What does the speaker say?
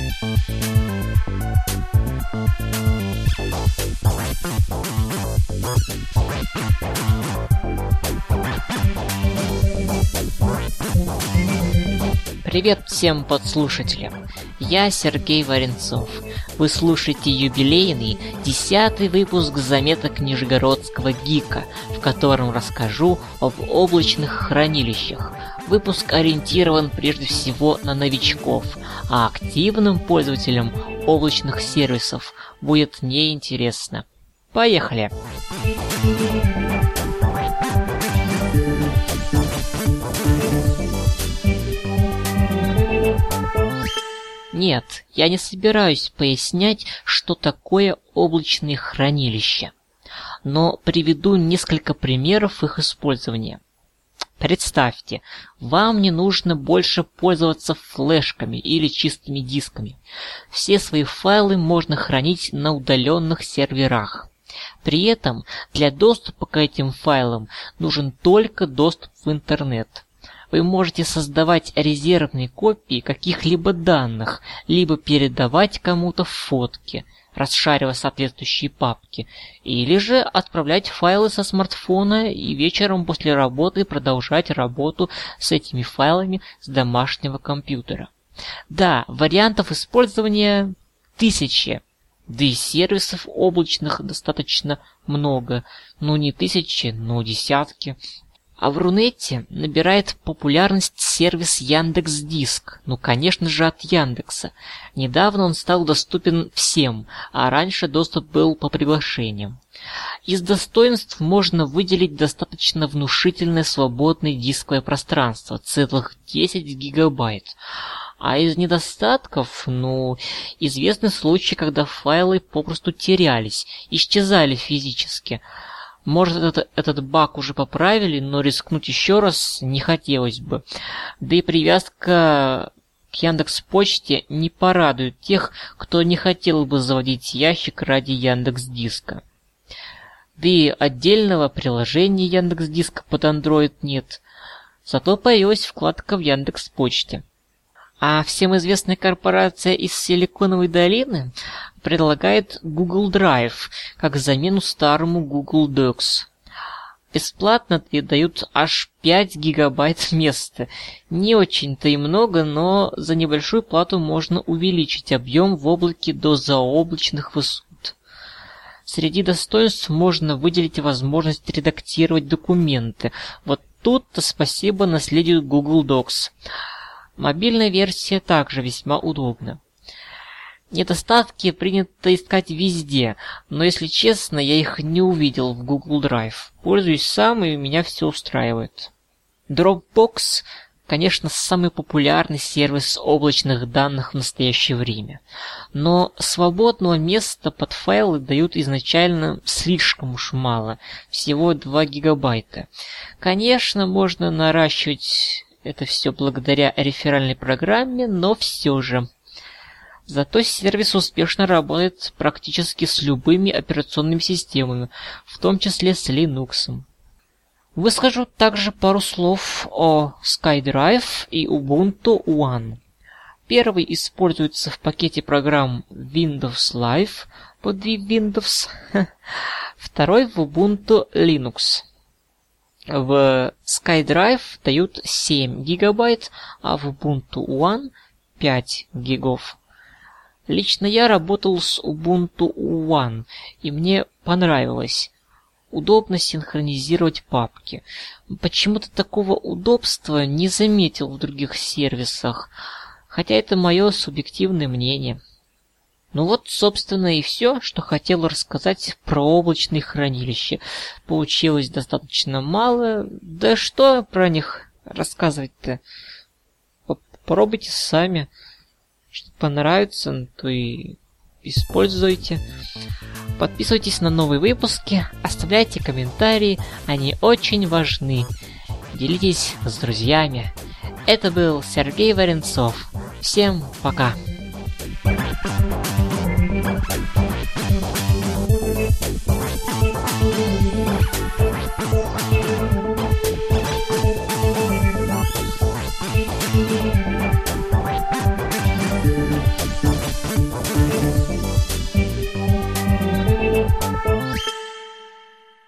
Привет всем подслушателям, я Сергей Варенцов. Вы слушаете юбилейный 10-й выпуск заметок Нижегородского ГИКа, в котором расскажу об облачных хранилищах. Выпуск ориентирован прежде всего на новичков, а активным пользователям облачных сервисов будет неинтересно. Поехали! Нет, я не собираюсь пояснять, что такое облачные хранилища, но приведу несколько примеров их использования. Представьте, вам не нужно больше пользоваться флешками или чистыми дисками. Все свои файлы можно хранить на удаленных серверах. При этом для доступа к этим файлам нужен только доступ в интернет. Вы можете создавать резервные копии каких-либо данных, либо передавать кому-то фотки, расшаривая соответствующие папки, или же отправлять файлы со смартфона и вечером после работы продолжать работу с этими файлами с домашнего компьютера. Да, вариантов использования тысячи, да и сервисов облачных достаточно много, не тысячи, но десятки. А в Рунете набирает популярность сервис Яндекс.Диск, конечно же от Яндекса. Недавно он стал доступен всем, а раньше доступ был по приглашениям. Из достоинств можно выделить достаточно внушительное свободное дисковое пространство, целых 10 гигабайт. А из недостатков, известны случаи, когда файлы попросту терялись, исчезали физически. Может, этот баг уже поправили, но рискнуть еще раз не хотелось бы. Да и привязка к Яндекс.Почте не порадует тех, кто не хотел бы заводить ящик ради Яндекс.Диска. Да и отдельного приложения Яндекс.Диска под Android нет. Зато появилась вкладка в Яндекс.Почте. А всем известная корпорация из Силиконовой долины предлагает Google Drive как замену старому Google Docs. Бесплатно дают аж 5 гигабайт места. Не очень-то и много, но за небольшую плату можно увеличить объем в облаке до заоблачных высот. Среди достоинств можно выделить возможность редактировать документы. Вот тут-то спасибо наследию Google Docs. Мобильная версия также весьма удобна. Недостатки принято искать везде, но если честно, я их не увидел в Google Drive. Пользуюсь сам, и меня все устраивает. Dropbox, конечно, самый популярный сервис облачных данных в настоящее время. Но свободного места под файлы дают изначально слишком уж мало, всего 2 гигабайта. Конечно, можно наращивать это все благодаря реферальной программе, но все же. Зато сервис успешно работает практически с любыми операционными системами, в том числе с Linux. Выскажу также пару слов о SkyDrive и Ubuntu One. Первый используется в пакете программ Windows Live под Windows, второй в Ubuntu Linux. В SkyDrive дают 7 гигабайт, а в Ubuntu One 5 гигов. Лично я работал с Ubuntu One, и мне понравилось. Удобно синхронизировать папки. Почему-то такого удобства не заметил в других сервисах, хотя это мое субъективное мнение. Собственно, и все, что хотел рассказать про облачные хранилища. Получилось достаточно мало. Да что про них рассказывать-то? Попробуйте сами. Что понравится, то и используйте. Подписывайтесь на новые выпуски, оставляйте комментарии, они очень важны. Делитесь с друзьями. Это был Сергей Варенцов. Всем пока!